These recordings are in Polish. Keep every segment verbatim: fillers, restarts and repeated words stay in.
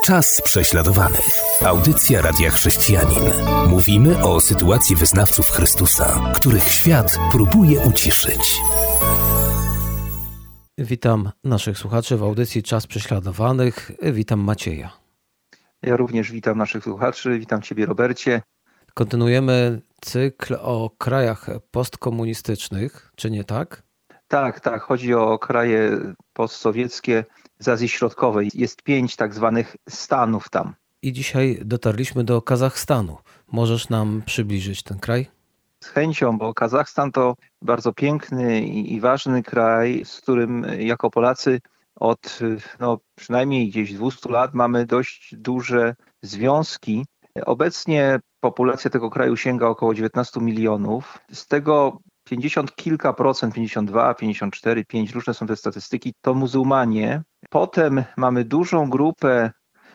Czas prześladowanych. Audycja Radia Chrześcijanin. Mówimy o sytuacji wyznawców Chrystusa, których świat próbuje uciszyć. Witam naszych słuchaczy w audycji Czas prześladowanych. Witam Macieja. Ja również witam naszych słuchaczy. Witam Ciebie, Robercie. Kontynuujemy cykl o krajach postkomunistycznych, czy nie tak? Tak, tak. Chodzi o kraje postsowieckie z Azji Środkowej. Jest pięć tak zwanych stanów tam. I dzisiaj dotarliśmy do Kazachstanu. Możesz nam przybliżyć ten kraj? Z chęcią, bo Kazachstan to bardzo piękny i ważny kraj, z którym jako Polacy od no, przynajmniej gdzieś dwieście lat mamy dość duże związki. Obecnie populacja tego kraju sięga około dziewiętnaście milionów. Z tego pięćdziesiąt kilka procent, pięćdziesiąt dwa, pięćdziesiąt cztery, pięć, różne są te statystyki, to muzułmanie. Potem mamy dużą grupę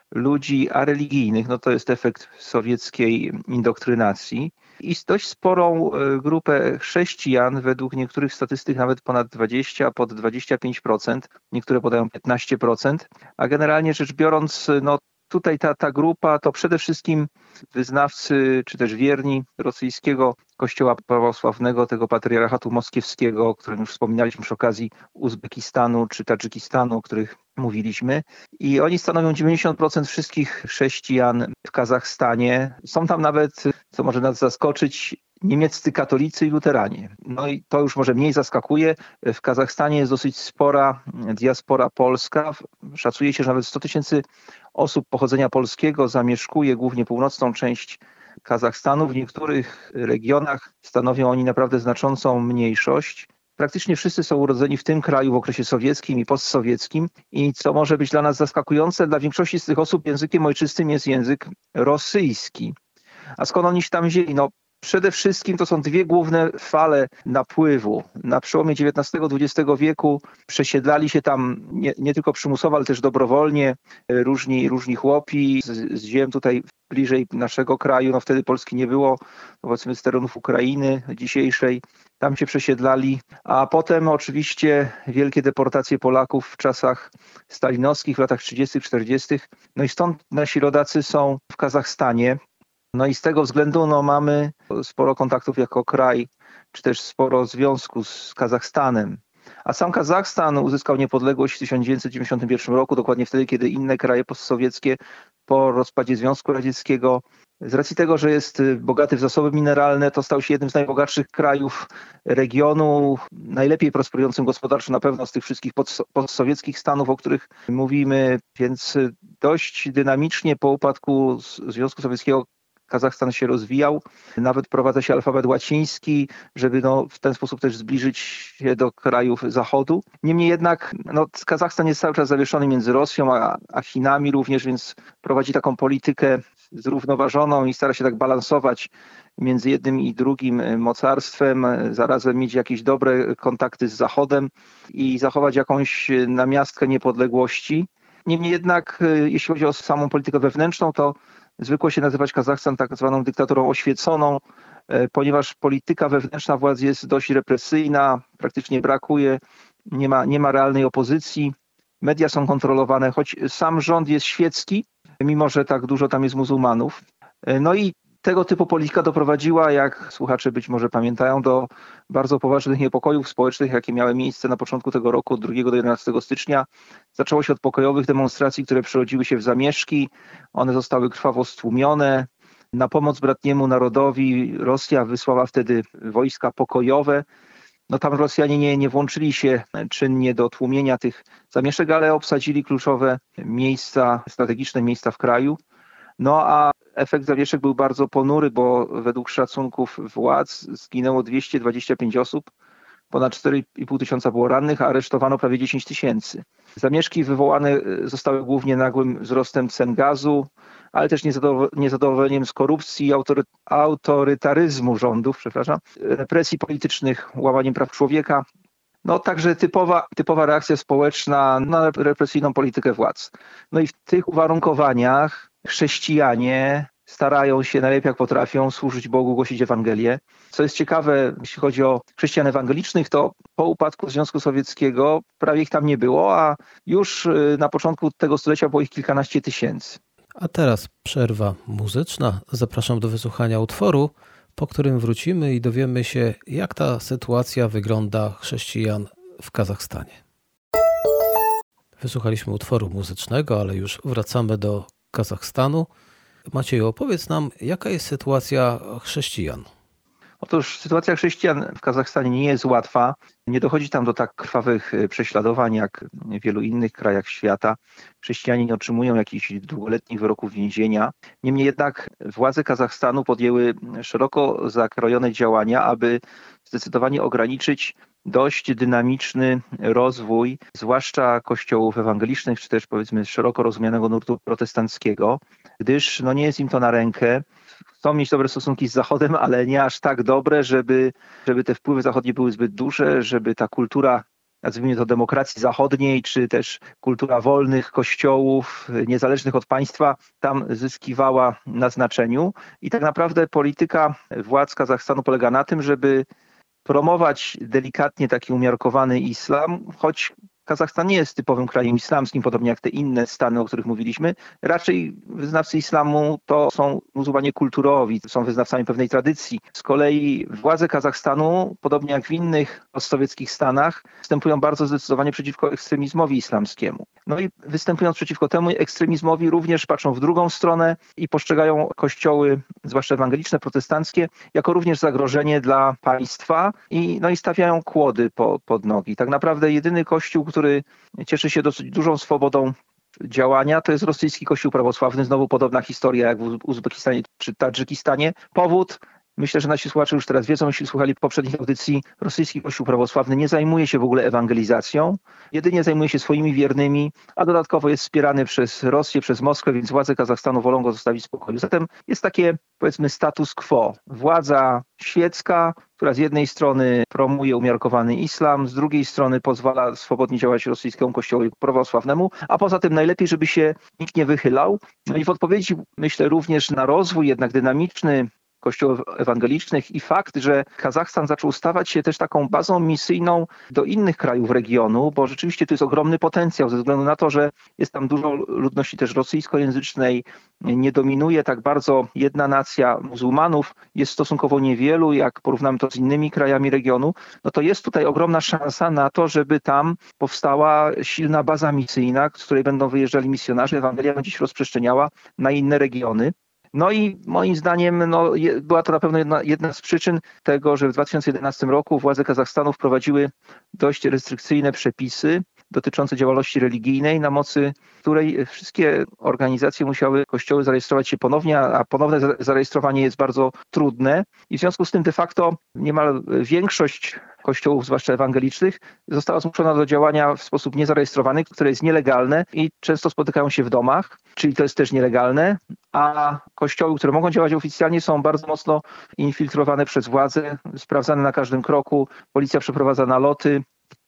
ludzi areligijnych, no to jest efekt sowieckiej indoktrynacji, i dość sporą grupę chrześcijan, według niektórych statystyk nawet ponad dwadzieścia, pod dwadzieścia pięć procent, niektóre podają piętnaście procent, a generalnie rzecz biorąc, no tutaj ta, ta grupa to przede wszystkim wyznawcy, czy też wierni rosyjskiego kościoła prawosławnego, tego patriarchatu moskiewskiego, o którym już wspominaliśmy przy okazji Uzbekistanu czy Tadżykistanu, o których mówiliśmy. I oni stanowią dziewięćdziesiąt procent wszystkich chrześcijan w Kazachstanie. Są tam nawet, co może nas zaskoczyć, niemieccy katolicy i luteranie. No i to już może mniej zaskakuje. W Kazachstanie jest dosyć spora diaspora polska. Szacuje się, że nawet sto tysięcy osób pochodzenia polskiego zamieszkuje głównie północną część Kazachstanu. W niektórych regionach stanowią oni naprawdę znaczącą mniejszość. Praktycznie wszyscy są urodzeni w tym kraju w okresie sowieckim i postsowieckim i co może być dla nas zaskakujące, dla większości z tych osób językiem ojczystym jest język rosyjski. A skąd oni się tam wzięli? No, przede wszystkim to są dwie główne fale napływu. Na przełomie dziewiętnastego dwudziestego wieku przesiedlali się tam nie, nie tylko przymusowo, ale też dobrowolnie różni, różni chłopi z, z ziem tutaj bliżej naszego kraju. No wtedy Polski nie było, powiedzmy z terenów Ukrainy dzisiejszej. Tam się przesiedlali, a potem oczywiście wielkie deportacje Polaków w czasach stalinowskich, w latach trzydziestych, czterdziestych. No i stąd nasi rodacy są w Kazachstanie. No i z tego względu no, mamy sporo kontaktów jako kraj, czy też sporo związku z Kazachstanem. A sam Kazachstan uzyskał niepodległość w tysiąc dziewięćset dziewięćdziesiątym pierwszym roku, dokładnie wtedy, kiedy inne kraje postsowieckie po rozpadzie Związku Radzieckiego, z racji tego, że jest bogaty w zasoby mineralne, to stał się jednym z najbogatszych krajów regionu, najlepiej prosperującym gospodarczo na pewno z tych wszystkich postsowieckich stanów, o których mówimy, więc dość dynamicznie po upadku Związku Sowieckiego Kazachstan się rozwijał, nawet wprowadza się alfabet łaciński, żeby no, w ten sposób też zbliżyć się do krajów zachodu. Niemniej jednak no, Kazachstan jest cały czas zawieszony między Rosją a, a Chinami również, więc prowadzi taką politykę zrównoważoną i stara się tak balansować między jednym i drugim mocarstwem, zarazem mieć jakieś dobre kontakty z Zachodem i zachować jakąś namiastkę niepodległości. Niemniej jednak, jeśli chodzi o samą politykę wewnętrzną, to zwykło się nazywać Kazachstan tak zwaną dyktaturą oświeconą, ponieważ polityka wewnętrzna władz jest dość represyjna, praktycznie brakuje, nie ma, nie ma realnej opozycji, media są kontrolowane, choć sam rząd jest świecki, mimo że tak dużo tam jest muzułmanów. No i tego typu polityka doprowadziła, jak słuchacze być może pamiętają, do bardzo poważnych niepokojów społecznych, jakie miały miejsce na początku tego roku, od drugiego do jedenastego stycznia. Zaczęło się od pokojowych demonstracji, które przerodziły się w zamieszki. One zostały krwawo stłumione. Na pomoc bratniemu narodowi Rosja wysłała wtedy wojska pokojowe. No tam Rosjanie nie, nie włączyli się czynnie do tłumienia tych zamieszek, ale obsadzili kluczowe miejsca, strategiczne miejsca w kraju. No a efekt zamieszek był bardzo ponury, bo według szacunków władz zginęło dwieście dwadzieścia pięć osób, ponad cztery i pół tysiąca było rannych, a aresztowano prawie dziesięć tysięcy. Zamieszki wywołane zostały głównie nagłym wzrostem cen gazu, ale też niezadowoleniem z korupcji i autory, autorytaryzmu rządów, przepraszam, represji politycznych, łamaniem praw człowieka. No także typowa, typowa reakcja społeczna na represyjną politykę władz. No i w tych uwarunkowaniach chrześcijanie starają się najlepiej jak potrafią służyć Bogu, głosić Ewangelię. Co jest ciekawe, jeśli chodzi o chrześcijan ewangelicznych, to po upadku Związku Sowieckiego prawie ich tam nie było, a już na początku tego stulecia było ich kilkanaście tysięcy. A teraz przerwa muzyczna. Zapraszam do wysłuchania utworu, po którym wrócimy i dowiemy się, jak ta sytuacja wygląda chrześcijan w Kazachstanie. Wysłuchaliśmy utworu muzycznego, ale już wracamy do Kazachstanu. Macieju, opowiedz nam, jaka jest sytuacja chrześcijan? Otóż sytuacja chrześcijan w Kazachstanie nie jest łatwa. Nie dochodzi tam do tak krwawych prześladowań jak w wielu innych krajach świata. Chrześcijanie nie otrzymują jakichś długoletnich wyroków więzienia. Niemniej jednak władze Kazachstanu podjęły szeroko zakrojone działania, aby zdecydowanie ograniczyć dość dynamiczny rozwój, zwłaszcza kościołów ewangelicznych, czy też powiedzmy szeroko rozumianego nurtu protestanckiego, gdyż no nie jest im to na rękę. Chcą mieć dobre stosunki z Zachodem, ale nie aż tak dobre, żeby, żeby te wpływy zachodnie były zbyt duże, żeby ta kultura, nazwijmy to demokracji zachodniej, czy też kultura wolnych kościołów, niezależnych od państwa, tam zyskiwała na znaczeniu. I tak naprawdę polityka władz Kazachstanu polega na tym, żeby promować delikatnie taki umiarkowany islam, choć Kazachstan nie jest typowym krajem islamskim, podobnie jak te inne stany, o których mówiliśmy. Raczej wyznawcy islamu to są muzułmanie kulturowi, są wyznawcami pewnej tradycji. Z kolei władze Kazachstanu, podobnie jak w innych postsowieckich stanach, występują bardzo zdecydowanie przeciwko ekstremizmowi islamskiemu. No i występując przeciwko temu ekstremizmowi również patrzą w drugą stronę i postrzegają kościoły, zwłaszcza ewangeliczne, protestanckie, jako również zagrożenie dla państwa i, no i stawiają kłody po, pod nogi. Tak naprawdę jedyny kościół, który cieszy się dosyć dużą swobodą działania, to jest rosyjski kościół prawosławny. Znowu podobna historia jak w Uzbekistanie czy Tadżykistanie. Powód, myślę, że nasi słuchacze już teraz wiedzą, jeśli słuchali poprzednich audycji, rosyjski kościół prawosławny nie zajmuje się w ogóle ewangelizacją, jedynie zajmuje się swoimi wiernymi, a dodatkowo jest wspierany przez Rosję, przez Moskwę, więc władze Kazachstanu wolą go zostawić w spokoju. Zatem jest takie, powiedzmy, status quo. Władza świecka, która z jednej strony promuje umiarkowany islam, z drugiej strony pozwala swobodnie działać rosyjskiemu kościołowi prawosławnemu, a poza tym najlepiej, żeby się nikt nie wychylał. No i w odpowiedzi, myślę, również na rozwój jednak dynamiczny kościołów ewangelicznych i fakt, że Kazachstan zaczął stawać się też taką bazą misyjną do innych krajów regionu, bo rzeczywiście to jest ogromny potencjał ze względu na to, że jest tam dużo ludności też rosyjskojęzycznej, nie dominuje tak bardzo jedna nacja muzułmanów, jest stosunkowo niewielu, jak porównamy to z innymi krajami regionu, no to jest tutaj ogromna szansa na to, żeby tam powstała silna baza misyjna, z której będą wyjeżdżali misjonarze, Ewangelia będzie się rozprzestrzeniała na inne regiony. No i moim zdaniem no, je, była to na pewno jedna, jedna z przyczyn tego, że w dwa tysiące jedenastym roku władze Kazachstanu wprowadziły dość restrykcyjne przepisy dotyczące działalności religijnej, na mocy której wszystkie organizacje musiały kościoły zarejestrować się ponownie, a ponowne zarejestrowanie jest bardzo trudne i w związku z tym de facto niemal większość kościołów, zwłaszcza ewangelicznych, została zmuszona do działania w sposób niezarejestrowany, które jest nielegalne i często spotykają się w domach, czyli to jest też nielegalne, a kościoły, które mogą działać oficjalnie, są bardzo mocno infiltrowane przez władze, sprawdzane na każdym kroku, policja przeprowadza naloty,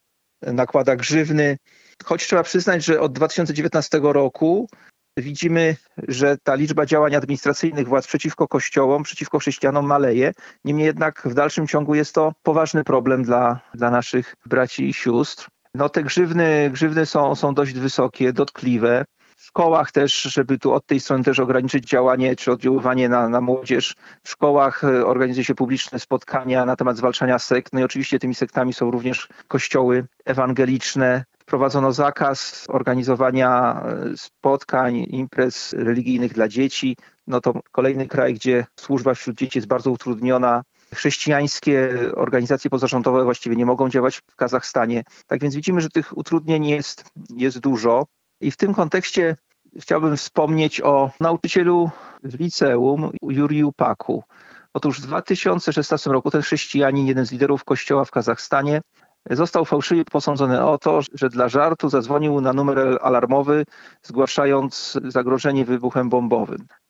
nakłada grzywny, choć trzeba przyznać, że od dwa tysiące dziewiętnastego roku widzimy, że ta liczba działań administracyjnych władz przeciwko kościołom, przeciwko chrześcijanom maleje. Niemniej jednak w dalszym ciągu jest to poważny problem dla, dla naszych braci i sióstr. No te grzywny, grzywny są, są dość wysokie, dotkliwe. W szkołach też, żeby tu od tej strony też ograniczyć działanie czy oddziaływanie na, na młodzież. W szkołach organizuje się publiczne spotkania na temat zwalczania sekt. No i oczywiście tymi sektami są również kościoły ewangeliczne. Wprowadzono zakaz organizowania spotkań, imprez religijnych dla dzieci. No to kolejny kraj, gdzie służba wśród dzieci jest bardzo utrudniona. Chrześcijańskie organizacje pozarządowe właściwie nie mogą działać w Kazachstanie. Tak więc widzimy, że tych utrudnień jest, jest dużo. I w tym kontekście chciałbym wspomnieć o nauczycielu w liceum Juriju Paku. Otóż w dwa tysiące szesnastym roku ten chrześcijanin, jeden z liderów kościoła w Kazachstanie, został fałszywie posądzony o to, że dla żartu zadzwonił na numer alarmowy, zgłaszając zagrożenie wybuchem bombowym.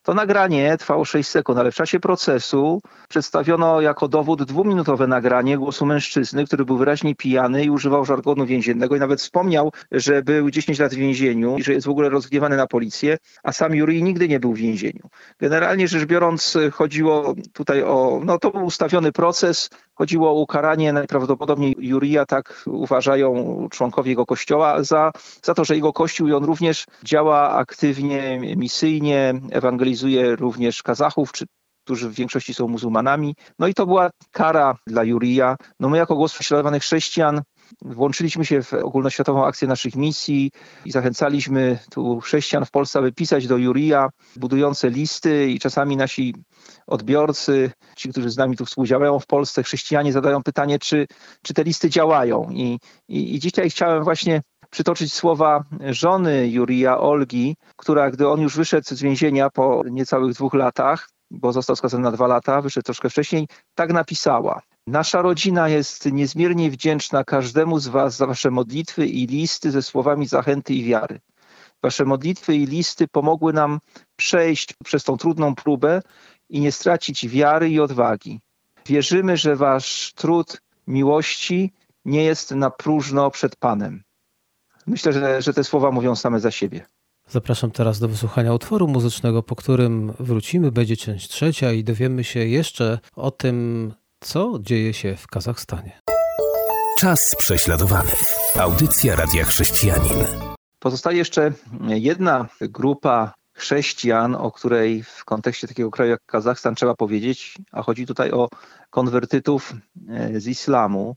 To nagranie trwało sześć sekund, ale w czasie procesu przedstawiono jako dowód dwuminutowe nagranie głosu mężczyzny, który był wyraźnie pijany i używał żargonu więziennego i nawet wspomniał, że był dziesięć lat w więzieniu i że jest w ogóle rozgniewany na policję, a sam Jurij nigdy nie był w więzieniu. Generalnie rzecz biorąc chodziło tutaj o, no to był ustawiony proces, chodziło o ukaranie najprawdopodobniej Jurija, tak uważają członkowie jego kościoła, za, za to, że jego kościół i on również działa aktywnie, misyjnie, ewangelizuje również Kazachów, czy którzy w większości są muzułmanami. No i to była kara dla Jurija. No my jako Głos Prześladowanych Chrześcijan włączyliśmy się w ogólnoświatową akcję naszych misji i zachęcaliśmy tu chrześcijan w Polsce, aby pisać do Jurija budujące listy i czasami nasi odbiorcy, ci, którzy z nami tu współdziałają w Polsce, chrześcijanie zadają pytanie, czy, czy te listy działają. I, i, i dzisiaj chciałem właśnie przytoczyć słowa żony Jurija, Olgi, która, gdy on już wyszedł z więzienia po niecałych dwóch latach, bo został skazany na dwa lata, wyszedł troszkę wcześniej, tak napisała. Nasza rodzina jest niezmiernie wdzięczna każdemu z was za wasze modlitwy i listy ze słowami zachęty i wiary. Wasze modlitwy i listy pomogły nam przejść przez tą trudną próbę i nie stracić wiary i odwagi. Wierzymy, że wasz trud miłości nie jest na próżno przed Panem. Myślę, że, że te słowa mówią same za siebie. Zapraszam teraz do wysłuchania utworu muzycznego, po którym wrócimy, będzie część trzecia i dowiemy się jeszcze o tym, co dzieje się w Kazachstanie. Czas prześladowanych. Audycja Radia Chrześcijanin. Pozostaje jeszcze jedna grupa chrześcijan, o której w kontekście takiego kraju jak Kazachstan trzeba powiedzieć, a chodzi tutaj o konwertytów z islamu,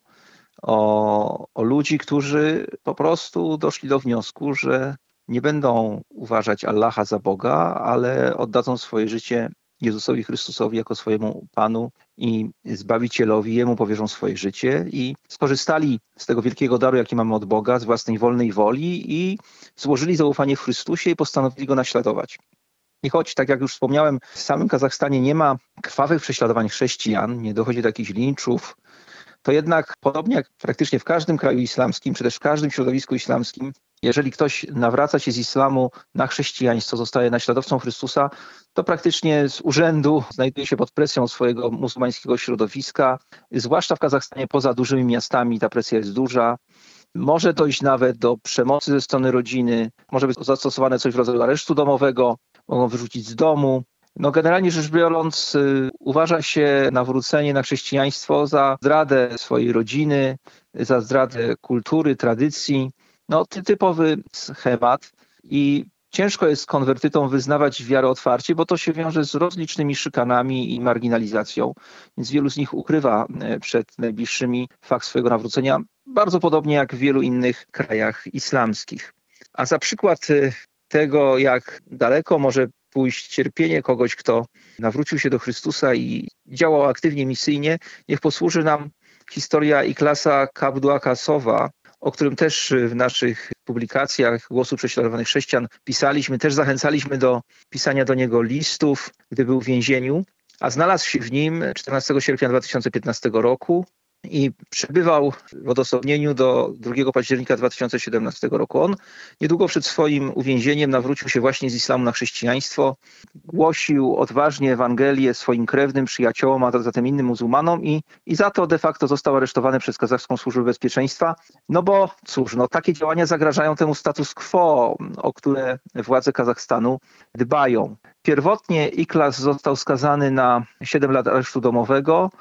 o, o ludzi, którzy po prostu doszli do wniosku, że nie będą uważać Allaha za Boga, ale oddadzą swoje życie Jezusowi Chrystusowi jako swojemu Panu i Zbawicielowi. Jemu powierzą swoje życie i skorzystali z tego wielkiego daru, jaki mamy od Boga, z własnej wolnej woli i złożyli zaufanie w Chrystusie i postanowili Go naśladować. I choć, tak jak już wspomniałem, w samym Kazachstanie nie ma krwawych prześladowań chrześcijan, nie dochodzi do jakichś linczów, to jednak podobnie jak praktycznie w każdym kraju islamskim, czy też w każdym środowisku islamskim, jeżeli ktoś nawraca się z islamu na chrześcijaństwo, zostaje naśladowcą Chrystusa, to praktycznie z urzędu znajduje się pod presją swojego muzułmańskiego środowiska. Zwłaszcza w Kazachstanie poza dużymi miastami ta presja jest duża. Może dojść nawet do przemocy ze strony rodziny, może być zastosowane coś w rodzaju aresztu domowego, mogą wyrzucić z domu. No generalnie rzecz biorąc, y, uważa się nawrócenie na chrześcijaństwo za zdradę swojej rodziny, za zdradę kultury, tradycji. No ty, typowy schemat i ciężko jest konwertytom wyznawać wiarę otwarcie, bo to się wiąże z rozlicznymi szykanami i marginalizacją. Więc wielu z nich ukrywa przed najbliższymi fakt swojego nawrócenia, bardzo podobnie jak w wielu innych krajach islamskich. A za przykład tego, jak daleko może pójść cierpienie kogoś, kto nawrócił się do Chrystusa i działał aktywnie misyjnie, niech posłuży nam historia Iklasa Kabduakasowa, o którym też w naszych publikacjach Głosu Prześladowanych Chrześcijan pisaliśmy, też zachęcaliśmy do pisania do niego listów, gdy był w więzieniu, a znalazł się w nim czternastego sierpnia dwa tysiące piętnastego roku i przebywał w odosobnieniu do drugiego października dwa tysiące siedemnastego roku. On niedługo przed swoim uwięzieniem nawrócił się właśnie z islamu na chrześcijaństwo, głosił odważnie Ewangelię swoim krewnym, przyjaciołom, a zatem innym muzułmanom i, i za to de facto został aresztowany przez Kazachską Służbę Bezpieczeństwa. No bo cóż, no takie działania zagrażają temu status quo, o które władze Kazachstanu dbają. Pierwotnie Iklas został skazany na siedem lat aresztu domowego,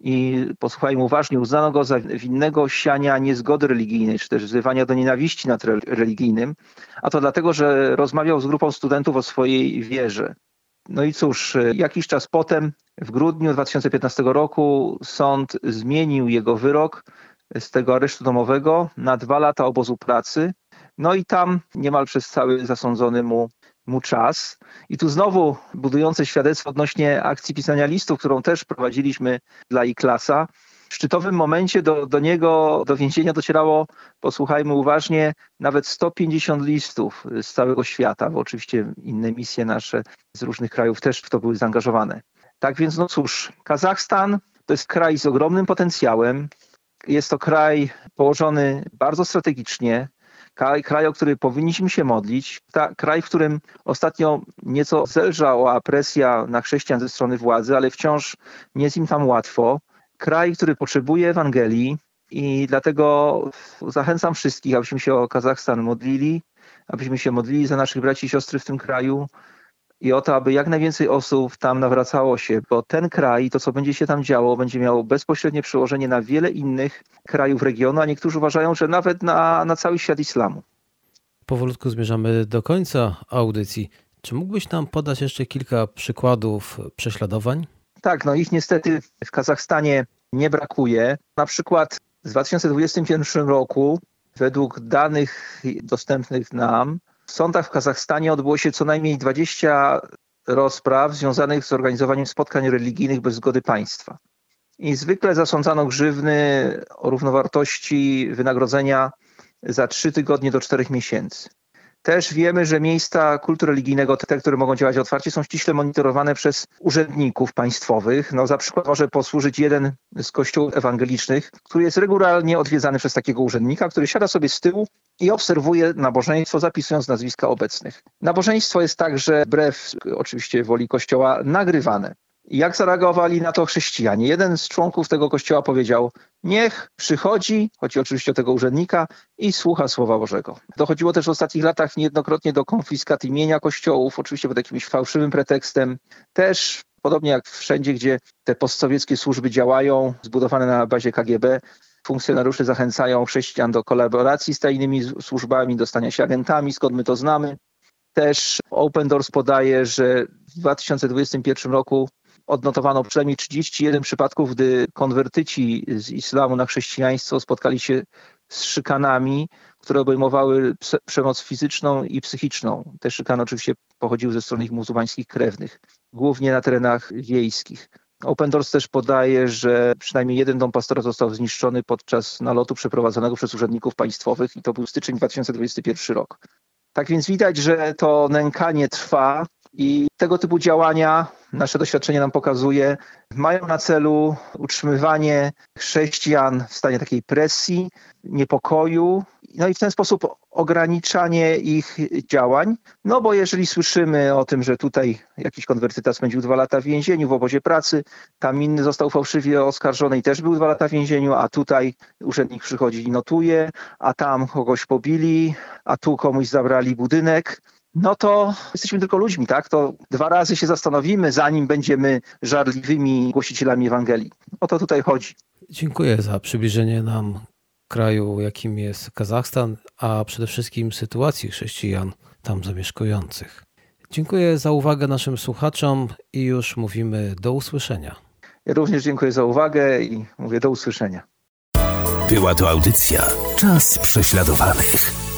i posłuchajmy uważnie, uznano go za winnego siania niezgody religijnej, czy też wzywania do nienawiści nad religijnym, a to dlatego, że rozmawiał z grupą studentów o swojej wierze. No i cóż, jakiś czas potem, w grudniu dwa tysiące piętnastego roku, sąd zmienił jego wyrok z tego aresztu domowego na dwa lata obozu pracy. No i tam niemal przez cały zasądzony mu mu czas. I tu znowu budujące świadectwo odnośnie akcji pisania listów, którą też prowadziliśmy dla Iklasa. W szczytowym momencie do, do niego, do więzienia docierało, posłuchajmy uważnie, nawet sto pięćdziesiąt listów z całego świata, bo oczywiście inne misje nasze z różnych krajów też w to były zaangażowane. Tak więc no cóż, Kazachstan to jest kraj z ogromnym potencjałem. Jest to kraj położony bardzo strategicznie. Kraj, kraj, o który powinniśmy się modlić, ta, kraj, w którym ostatnio nieco zelżała presja na chrześcijan ze strony władzy, ale wciąż nie jest im tam łatwo. Kraj, który potrzebuje Ewangelii i dlatego zachęcam wszystkich, abyśmy się o Kazachstan modlili, abyśmy się modlili za naszych braci i siostry w tym kraju i o to, aby jak najwięcej osób tam nawracało się, bo ten kraj i to, co będzie się tam działo, będzie miało bezpośrednie przełożenie na wiele innych krajów regionu, a niektórzy uważają, że nawet na, na cały świat islamu. Powolutku zmierzamy do końca audycji. Czy mógłbyś nam podać jeszcze kilka przykładów prześladowań? Tak, no ich niestety w Kazachstanie nie brakuje. Na przykład w dwa tysiące dwudziestym pierwszym roku, według danych dostępnych nam, w sądach w Kazachstanie odbyło się co najmniej dwadzieścia rozpraw związanych z zorganizowaniem spotkań religijnych bez zgody państwa. I zwykle zasądzano grzywny o równowartości wynagrodzenia za trzy tygodnie do czterech miesięcy. Też wiemy, że miejsca kultu religijnego, te, które mogą działać otwarcie, są ściśle monitorowane przez urzędników państwowych. No, za przykład może posłużyć jeden z kościołów ewangelicznych, który jest regularnie odwiedzany przez takiego urzędnika, który siada sobie z tyłu i obserwuje nabożeństwo, zapisując nazwiska obecnych. Nabożeństwo jest także, wbrew oczywiście woli kościoła, nagrywane. Jak zareagowali na to chrześcijanie? Jeden z członków tego kościoła powiedział: niech przychodzi, chodzi oczywiście o tego urzędnika, i słucha Słowa Bożego. Dochodziło też w ostatnich latach niejednokrotnie do konfiskaty mienia kościołów, oczywiście pod jakimś fałszywym pretekstem. Też, podobnie jak wszędzie, gdzie te postsowieckie służby działają, zbudowane na bazie K G B, funkcjonariusze zachęcają chrześcijan do kolaboracji z tajnymi służbami, do stania się agentami, skąd my to znamy. Też Open Doors podaje, że w dwa tysiące dwudziestym pierwszym roku odnotowano przynajmniej trzydzieści jeden przypadków, gdy konwertyci z islamu na chrześcijaństwo spotkali się z szykanami, które obejmowały przemoc fizyczną i psychiczną. Te szykany oczywiście pochodziły ze strony ich muzułmańskich krewnych, głównie na terenach wiejskich. Open Doors też podaje, że przynajmniej jeden dom pastora został zniszczony podczas nalotu przeprowadzonego przez urzędników państwowych i to był styczeń dwa tysiące dwudziesty pierwszy rok. Tak więc widać, że to nękanie trwa i tego typu działania, nasze doświadczenie nam pokazuje, mają na celu utrzymywanie chrześcijan w stanie takiej presji, niepokoju, no i w ten sposób ograniczanie ich działań. No bo jeżeli słyszymy o tym, że tutaj jakiś konwertyta spędził dwa lata w więzieniu w obozie pracy, tam inny został fałszywie oskarżony i też był dwa lata w więzieniu, a tutaj urzędnik przychodzi i notuje, a tam kogoś pobili, a tu komuś zabrali budynek, no to jesteśmy tylko ludźmi, tak? To dwa razy się zastanowimy, zanim będziemy żarliwymi głosicielami Ewangelii. O to tutaj chodzi. Dziękuję za przybliżenie nam kraju, jakim jest Kazachstan, a przede wszystkim sytuacji chrześcijan tam zamieszkujących. Dziękuję za uwagę naszym słuchaczom i już mówimy do usłyszenia. Ja również dziękuję za uwagę i mówię do usłyszenia. Była to audycja Czas prześladowanych.